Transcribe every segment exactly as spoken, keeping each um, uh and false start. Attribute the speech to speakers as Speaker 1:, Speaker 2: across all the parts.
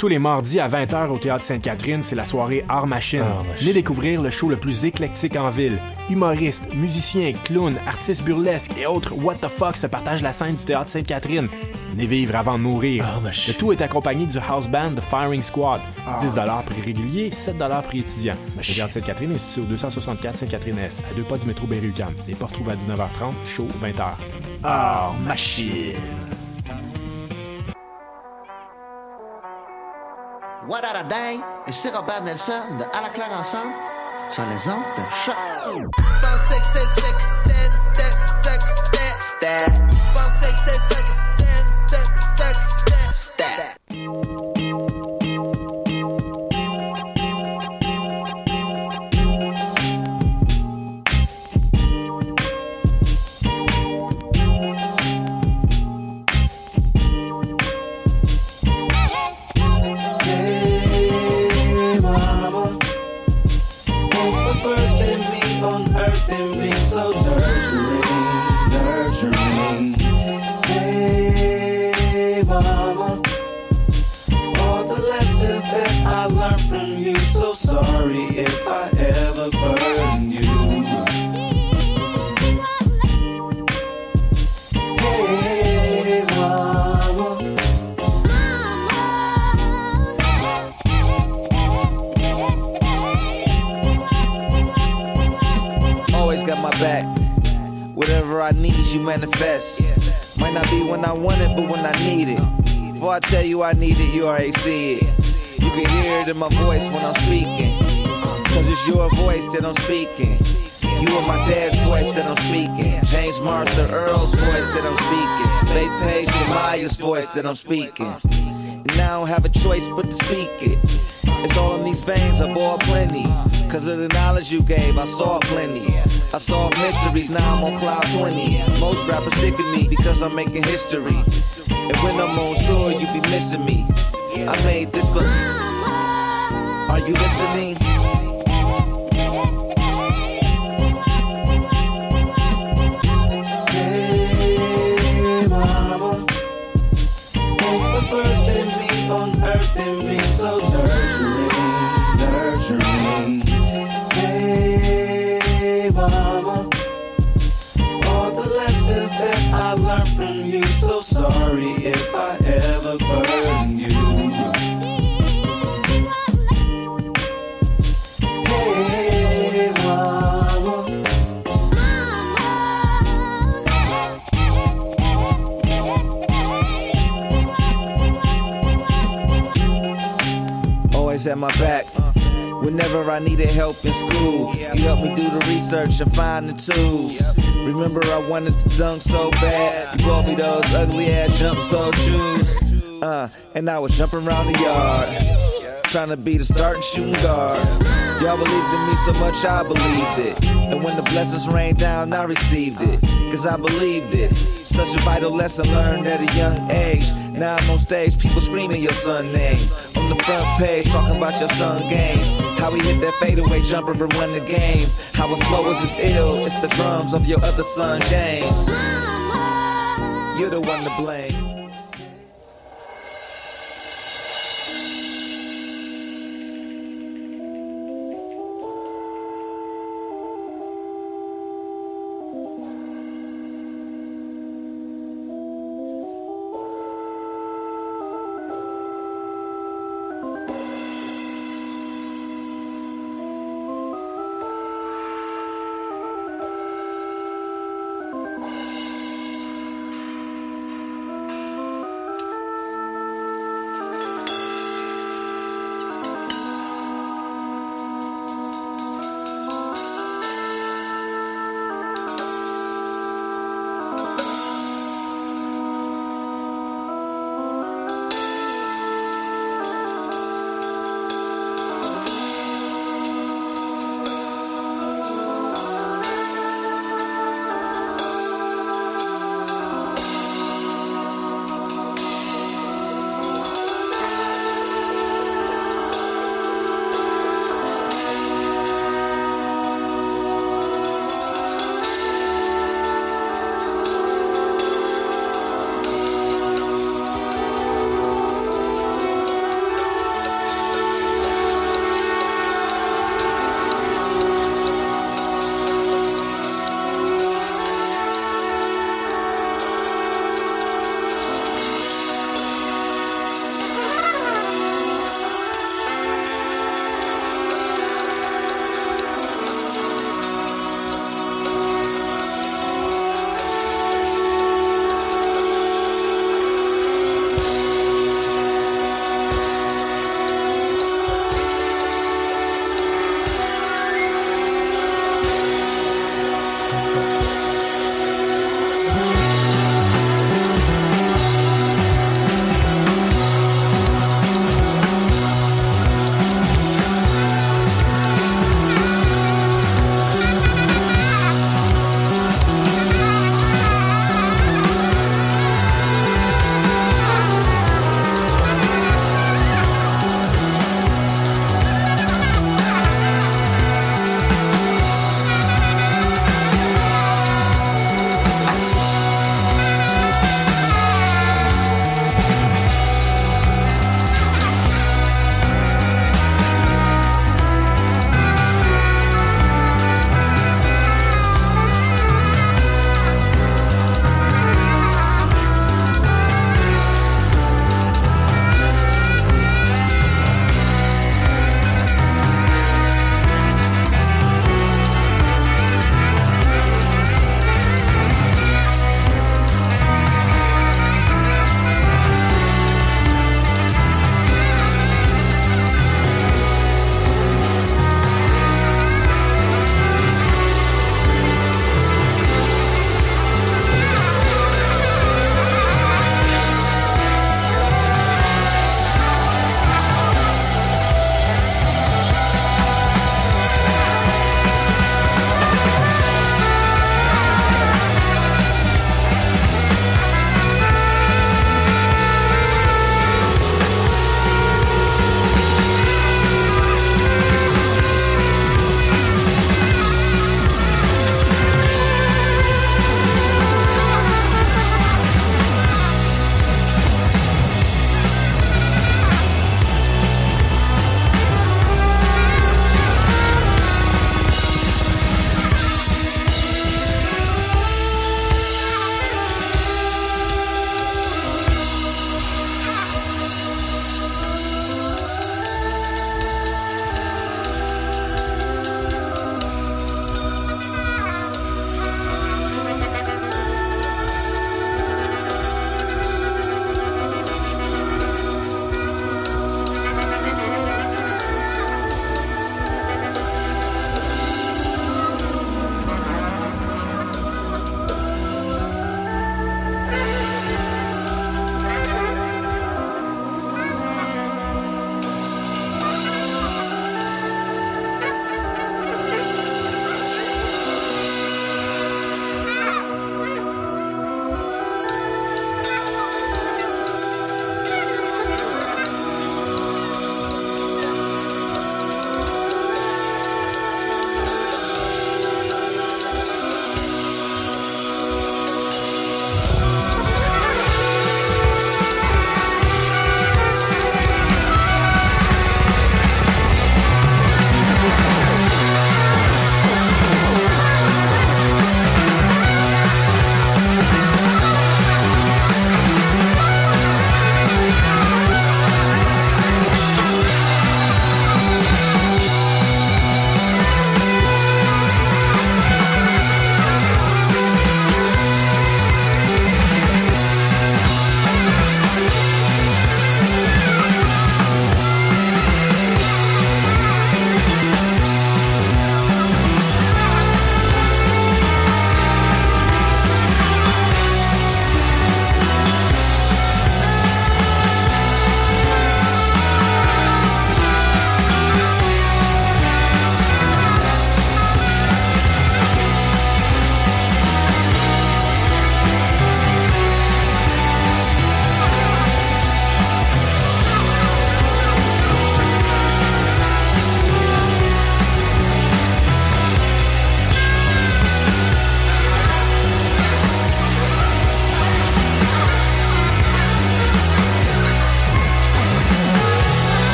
Speaker 1: Tous les mardis à vingt heures au Théâtre Sainte-Catherine, c'est la soirée Art Machine.
Speaker 2: Art Machine.
Speaker 1: Venez découvrir le show le plus éclectique en ville. Humoristes, musiciens, clowns, artistes burlesques et autres what the fuck se partagent la scène du Théâtre Sainte-Catherine. Venez vivre avant de mourir.
Speaker 2: Art Machine.
Speaker 1: Le tout est accompagné du house band The Firing Squad. dix dollars prix régulier, sept dollars prix étudiant. Le Théâtre Sainte-Catherine est situé au deux cent soixante-quatre Sainte-Catherine-Est, à deux pas du métro Berry-UQAM. Les portes trouvent à dix-neuf heures trente, show vingt heures.
Speaker 2: Art Machine.
Speaker 3: What a dang! Et c'est Robert Nelson de À la claire ensemble sur les ondes de choc.
Speaker 4: Sorry if I ever burden you. Hey, mama.
Speaker 5: Always got my back. Whatever I need, you manifest. Might not be when I want it, but when I need it. Before I tell you I need it, you already see it. You can hear it in my voice when I'm speaking. Cause it's your voice that I'm speaking. You are my dad's voice that I'm speaking. James Martha Earl's voice that I'm speaking. Faith Page Jemiah's voice that I'm speaking. And now I don't have a choice but to speak it. It's all in these veins, I bore plenty. Cause of the knowledge you gave, I saw plenty. I solved mysteries, now I'm on cloud twenty. Most rappers sick of me because I'm making history. And when I'm on tour, you be missing me. I made this for. Are you listening?
Speaker 4: Hey, mama. Thanks for birthing me on earth and being so nurturing, nurturing. Hey, mama. All the lessons that I learned from you. So sorry if I ever burden you. Hey, mama.
Speaker 5: Always at my back. Whenever I needed help in school, you helped me do the research and find the tools. Remember I wanted to dunk so bad, you bought me those ugly ass jump sole shoes. Uh, and I was jumping around the yard, trying to be the starting shooting guard. Y'all believed in me so much I believed it. And when the blessings rained down, I received it. Cause I believed it. Such a vital lesson learned at a young age. Now I'm on stage, people screaming your son name. On the front page, talking about your son game. How he hit that fadeaway jumper and won the game. How his flow was as ill, it's the drums of your other son, James. You're the one to blame.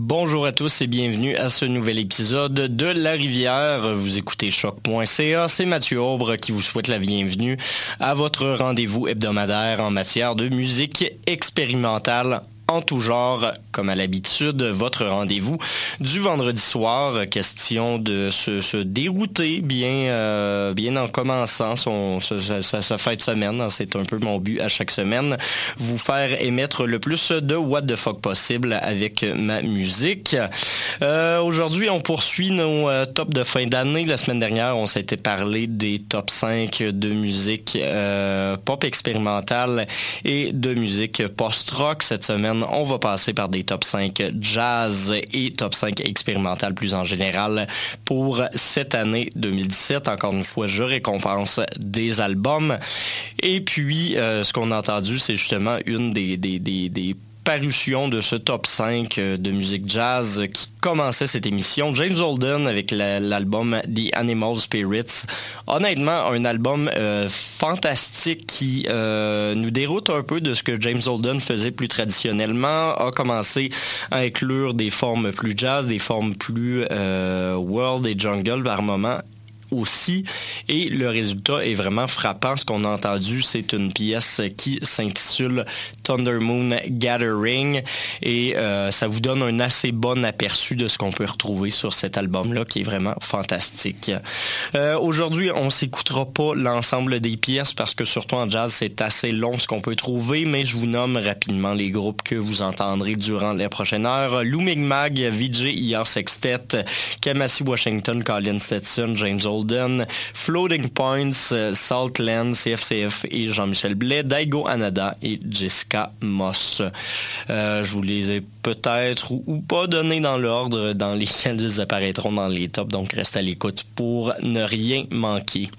Speaker 6: Bonjour à tous et bienvenue à ce nouvel épisode de La Rivière. Vous écoutez choc point c a. C'est Mathieu Aubre qui vous souhaite la bienvenue à votre rendez-vous hebdomadaire en matière de musique expérimentale en tout genre, comme à l'habitude, votre rendez-vous du vendredi soir. Question de se, se dérouter bien, euh, bien en commençant son, sa, sa, sa fin de semaine. C'est un peu mon but à chaque semaine. Vous faire émettre le plus de what the fuck possible avec ma musique. Euh, aujourd'hui, on poursuit nos euh, tops de fin d'année. La semaine dernière, on s'était parlé des top cinq de musique euh, pop expérimentale et de musique post-rock. Cette semaine, on va passer par des top cinq jazz et top cinq expérimental plus en général pour cette année deux mille dix-sept. Encore une fois, je récompense des albums. Et puis, euh, ce qu'on a entendu, c'est justement une des, des, des, des parution de ce top cinq de musique jazz qui commençait cette émission. James Holden avec la, l'album The Animal Spirits. Honnêtement, un album euh, fantastique qui euh, nous déroute un peu de ce que James Holden faisait plus traditionnellement. A commencé à inclure des formes plus jazz, des formes plus euh, world et jungle par moment aussi, et le résultat est vraiment frappant. Ce qu'on a entendu, c'est une pièce qui s'intitule Thunder Moon Gathering, et euh, ça vous donne un assez bon aperçu de ce qu'on peut retrouver sur cet album-là, qui est vraiment fantastique. Euh, aujourd'hui, on s'écoutera pas l'ensemble des pièces, parce que surtout en jazz, c'est assez long ce qu'on peut trouver, mais je vous nomme rapidement les groupes que vous entendrez durant les prochaines heures. Lou Mig-Mag, V J E R Sextet, Kamasi Washington, Colin Stetson, James Holden, Floating Points, Saltland, C F C F et Jean-Michel Blais, Daigo Anada et Jessica Moss. Euh, je vous les ai peut-être ou, ou pas donnés dans l'ordre dans lesquels ils apparaîtront dans les tops, donc restez à l'écoute pour ne rien manquer.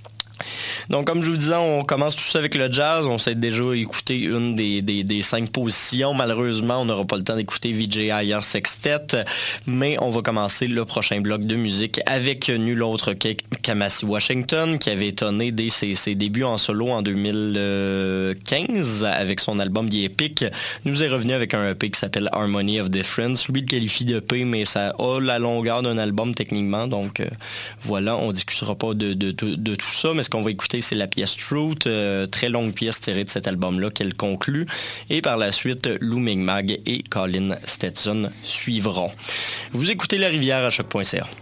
Speaker 6: Donc, comme je vous disais, on commence tout ça avec le jazz. On s'est déjà écouté une des, des, des cinq positions. Malheureusement, on n'aura pas le temps d'écouter V J E R Sextet, mais on va commencer le prochain bloc de musique avec nul autre que Kamasi Washington, qui avait étonné dès ses, ses débuts en solo en deux mille quinze avec son album The Epic. Nous est revenu avec un E P qui s'appelle Harmony of Difference. Lui, il qualifie de E P, mais ça a la longueur d'un album techniquement. Donc, euh, voilà, on ne discutera pas de, de, de, de tout ça, mais ce qu'on va écouter, c'est la pièce Truth, euh, très longue pièce tirée de cet album-là qu'elle conclut. Et par la suite, Lou Mig-Mag et Colin Stetson suivront. Vous écoutez La Rivière à choc point c a.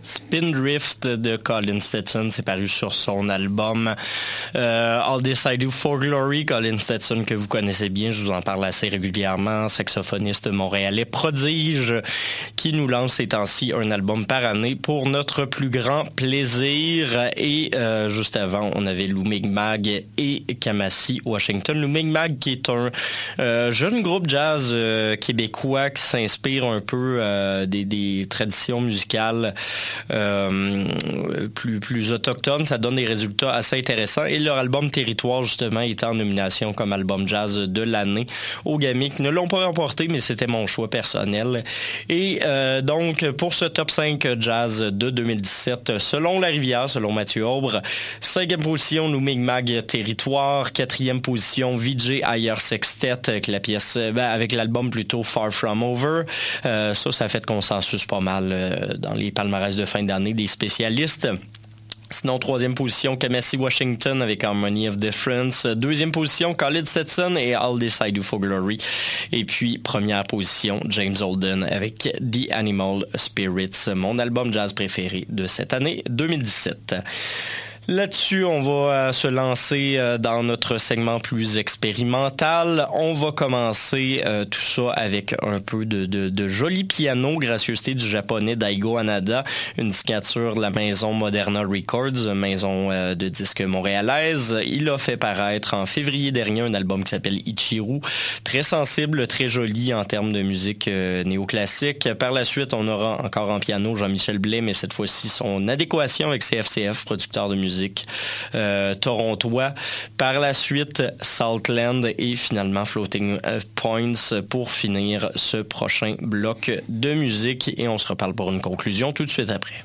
Speaker 6: Spindrift de Colin Stetson, c'est paru sur son album euh, All This I Do for Glory. Colin Stetson, que vous connaissez bien, je vous en parle assez régulièrement, saxophoniste montréalais prodige, qui nous lance ces temps-ci un album par année pour notre plus grand plaisir. Et euh, juste avant, on avait Lou Mi'kmaq et Kamasi Washington. Lou Mi'kmaq qui est un euh, jeune groupe jazz euh, québécois qui s'inspire un peu euh, des, des traditions musicales Euh, plus, plus autochtone, ça donne des résultats assez intéressants. Et leur album Territoire, justement, était en nomination comme album jazz de l'année au Grammy. Ils ne l'ont pas remporté, mais c'était mon choix personnel. Et euh, donc, pour ce top cinq jazz de deux mille dix-sept, selon La Rivière, selon Mathieu Aubre, cinquième position, Lou Mi'kmaq, Territoire. Quatrième position, V J Ayer Sextet, avec la pièce, ben, avec l'album plutôt Far From Over. Euh, ça, ça a fait consensus pas mal euh, dans les palmarès de fin d'année des spécialistes. Sinon, troisième position, Kamasi Washington avec Harmony of Difference. Deuxième position, Colin Stetson et All This I Do for Glory. Et puis, première position, James Holden avec The Animal Spirits, mon album jazz préféré de cette année deux mille dix-sept. Là-dessus, on va euh, se lancer euh, dans notre segment plus expérimental. On va commencer euh, tout ça avec un peu de, de, de joli piano, gracieuseté du japonais Daigo Hanada, une signature de la maison Moderna Records, maison euh, de disques montréalaise. Il a fait paraître en février dernier un album qui s'appelle Ichiru, très sensible, très joli en termes de musique euh, néoclassique. Par la suite, on aura encore en piano Jean-Michel Blais, mais cette fois-ci son adéquation avec C F C F, producteur de musique Euh, torontois. Par la suite, Saltland et finalement Floating Points pour finir ce prochain bloc de musique. Et on se reparle pour une conclusion tout de suite après.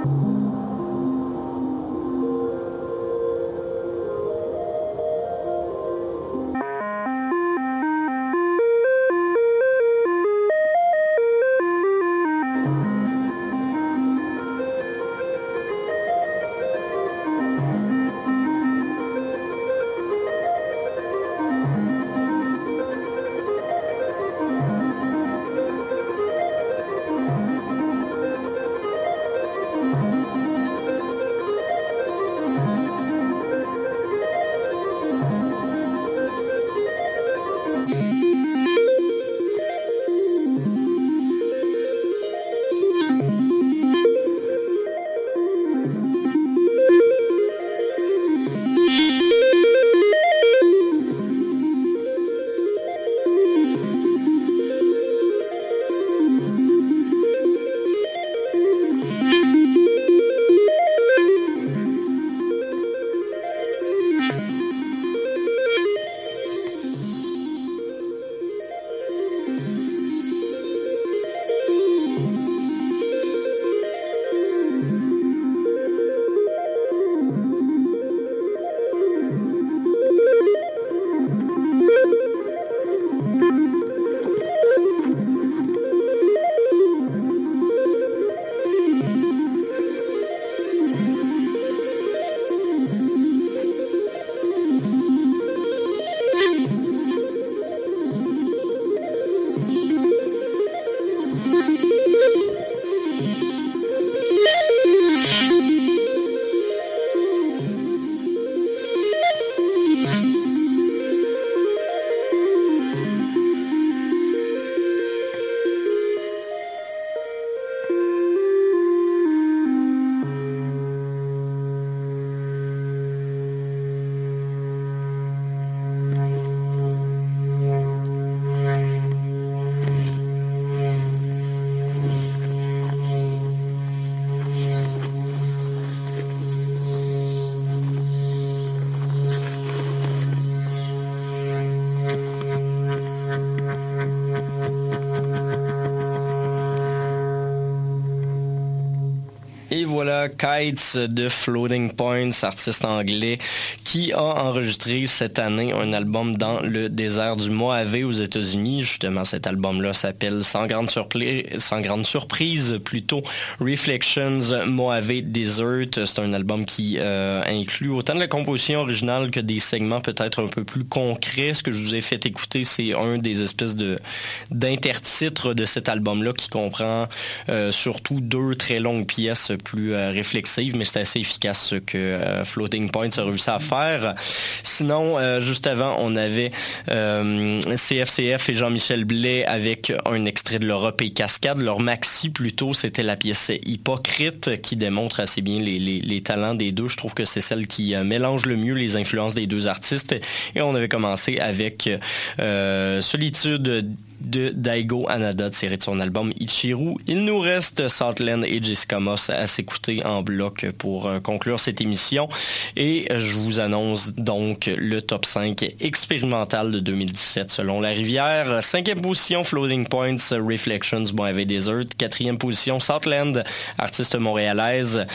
Speaker 6: Et voilà, Kites de Floating Points, artiste anglais, qui a enregistré cette année un album dans le désert du Mojave aux États-Unis. Justement, cet album-là s'appelle, sans grande, surpli- sans grande surprise, plutôt Reflections Mojave Desert. C'est un album qui euh, inclut autant de la composition originale que des segments peut-être un peu plus concrets. Ce que je vous ai fait écouter, c'est un des espèces de d'intertitres de cet album-là qui comprend euh, surtout deux très longues pièces plus euh, réflexives, mais c'est assez efficace ce que euh, Floating Points a réussi à faire. Sinon, euh, juste avant, on avait euh, C F C F et Jean-Michel Blais avec un extrait de leur E P Cascade. Leur maxi, plutôt, c'était la pièce Hypocrite, qui démontre assez bien les, les, les talents des deux. Je trouve que c'est celle qui euh, mélange le mieux les influences des deux artistes. Et on avait commencé avec euh, Solitude de Daigo Hanada, tiré de son album Ichiru. Il nous reste Southland et Jessica Moss à s'écouter en bloc pour euh, conclure cette émission. Et je vous annonce donc le top cinq expérimental de deux mille dix-sept selon La Rivière. Cinquième position, Floating Points, Reflections, Mojave Desert. Quatrième position, Southland, artiste montréalaise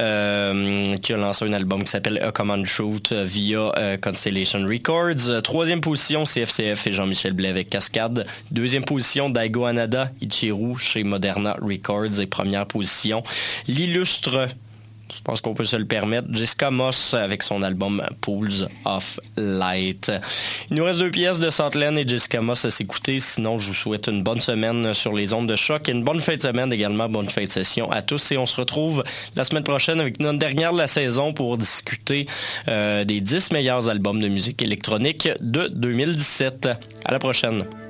Speaker 6: euh, qui a lancé un album qui s'appelle A Common Truth via euh, Constellation Records. Troisième position, C F C F et Jean-Michel Blais avec Cascade. Deuxième position, Daigo Hanada, Ichiru chez Moderna Records. Et première position, l'illustre, je pense qu'on peut se le permettre, Jessica Moss avec son album Pools of Light. Il nous reste deux pièces de Southland et Jessica Moss à s'écouter. Sinon, je vous souhaite une bonne semaine sur les ondes de choc et une bonne fin de semaine également. Bonne fin de session à tous. Et on se retrouve la semaine prochaine avec notre dernière de la saison pour discuter euh, des dix meilleurs albums de musique électronique de deux mille dix-sept. À la prochaine.